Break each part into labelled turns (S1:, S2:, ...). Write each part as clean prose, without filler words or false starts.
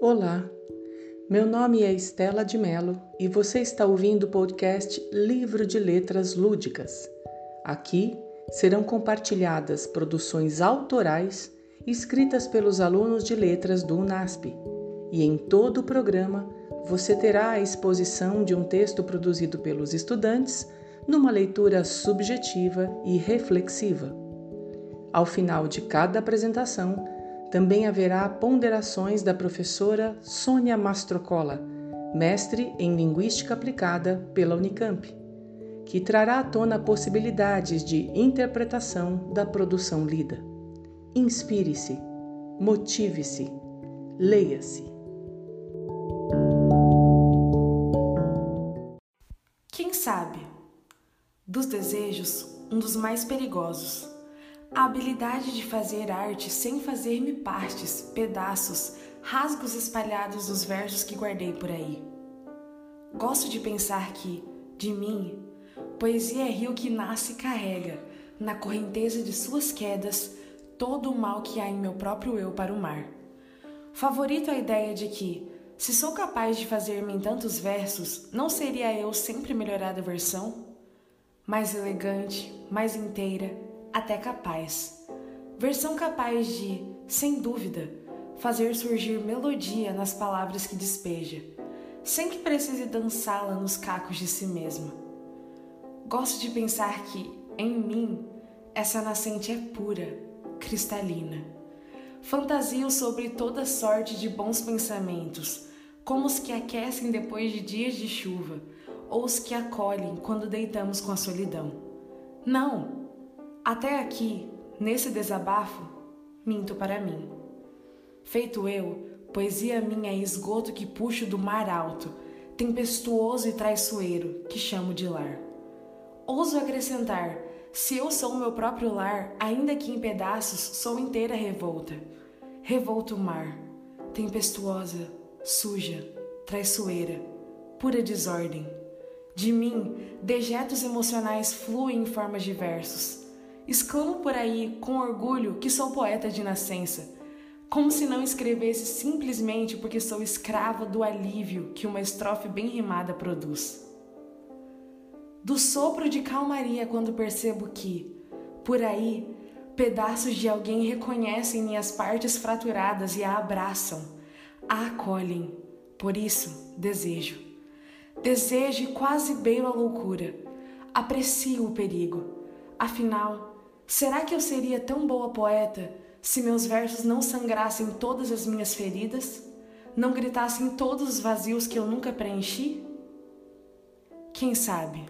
S1: Olá, meu nome é Estela de Mello e você está ouvindo o podcast Livro de Letras Lúdicas. Aqui serão compartilhadas produções autorais escritas pelos alunos de letras do UNASP e em todo o programa você terá a exposição de um texto produzido pelos estudantes numa leitura subjetiva e reflexiva. Ao final de cada apresentação, também haverá ponderações da professora Sônia Mastrocola, mestre em Linguística Aplicada pela Unicamp, que trará à tona possibilidades de interpretação da produção lida. Inspire-se, motive-se, leia-se.
S2: Quem sabe? Dos desejos, um dos mais perigosos. A habilidade de fazer arte sem fazer-me partes, pedaços, rasgos espalhados dos versos que guardei por aí. Gosto de pensar que, de mim, poesia é rio que nasce e carrega, na correnteza de suas quedas, todo o mal que há em meu próprio eu para o mar. Favorito a ideia de que, se sou capaz de fazer-me em tantos versos, não seria eu sempre melhorada versão? Mais elegante, mais inteira, até capaz. Versão capaz de, sem dúvida, fazer surgir melodia nas palavras que despeja, sem que precise dançá-la nos cacos de si mesma. Gosto de pensar que, em mim, essa nascente é pura, cristalina. Fantasio sobre toda sorte de bons pensamentos, como os que aquecem depois de dias de chuva, ou os que acolhem quando deitamos com a solidão. Não! Até aqui, nesse desabafo, minto para mim. Feito eu, poesia minha é esgoto que puxo do mar alto, tempestuoso e traiçoeiro, que chamo de lar. Ouso acrescentar, se eu sou o meu próprio lar, ainda que em pedaços, sou inteira revolta. Revolto mar, tempestuosa, suja, traiçoeira, pura desordem. De mim, dejetos emocionais fluem em formas de versos. Exclamo por aí, com orgulho, que sou poeta de nascença, como se não escrevesse simplesmente porque sou escrava do alívio que uma estrofe bem rimada produz. Do sopro de calmaria quando percebo que, por aí, pedaços de alguém reconhecem minhas partes fraturadas e a abraçam, a acolhem. Por isso, desejo. Desejo e quase beiro a loucura. Aprecio o perigo. Afinal, será que eu seria tão boa poeta se meus versos não sangrassem todas as minhas feridas? Não gritassem todos os vazios que eu nunca preenchi? Quem sabe?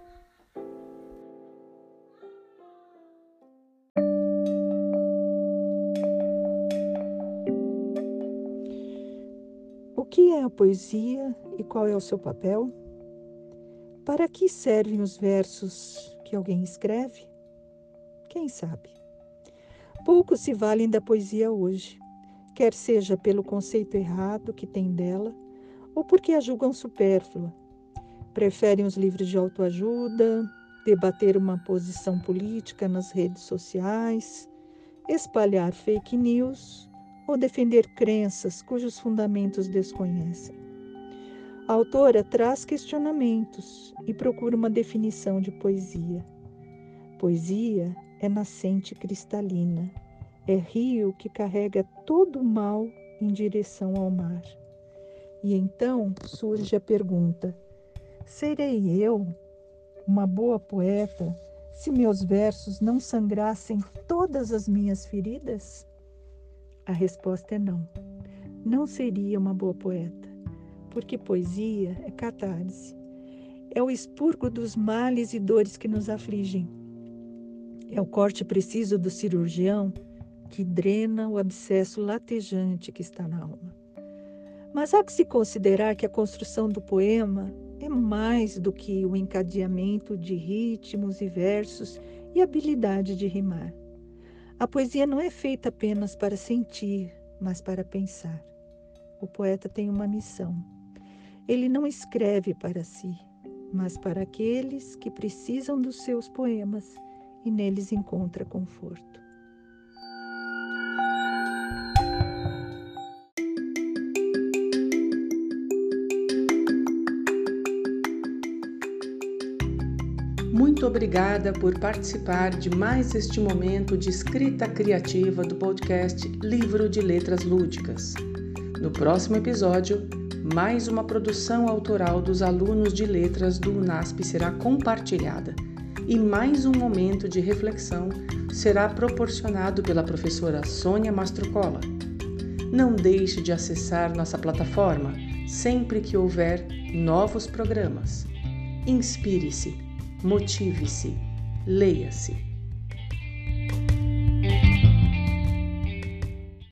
S3: O que é a poesia e qual é o seu papel? Para que servem os versos que alguém escreve? Quem sabe? Poucos se valem da poesia hoje, quer seja pelo conceito errado que tem dela, ou porque a julgam supérflua. Preferem os livros de autoajuda, debater uma posição política nas redes sociais, espalhar fake news ou defender crenças cujos fundamentos desconhecem. A autora traz questionamentos e procura uma definição de poesia. Poesia é nascente cristalina, é rio que carrega todo o mal em direção ao mar. E então surge a pergunta: serei eu uma boa poeta se meus versos não sangrassem todas as minhas feridas? A resposta é não. Não seria uma boa poeta, porque poesia é catarse. É o expurgo dos males e dores que nos afligem. É o corte preciso do cirurgião que drena o abscesso latejante que está na alma. Mas há que se considerar que a construção do poema é mais do que o encadeamento de ritmos e versos e a habilidade de rimar. A poesia não é feita apenas para sentir, mas para pensar. O poeta tem uma missão. Ele não escreve para si, mas para aqueles que precisam dos seus poemas e neles encontra conforto.
S1: Muito obrigada por participar de mais este momento de escrita criativa do podcast Livro de Letras Lúdicas. No próximo episódio, mais uma produção autoral dos alunos de letras do UNASP será compartilhada e mais um momento de reflexão será proporcionado pela professora Sônia Mastrocola. Não deixe de acessar nossa plataforma sempre que houver novos programas. Inspire-se, motive-se, leia-se.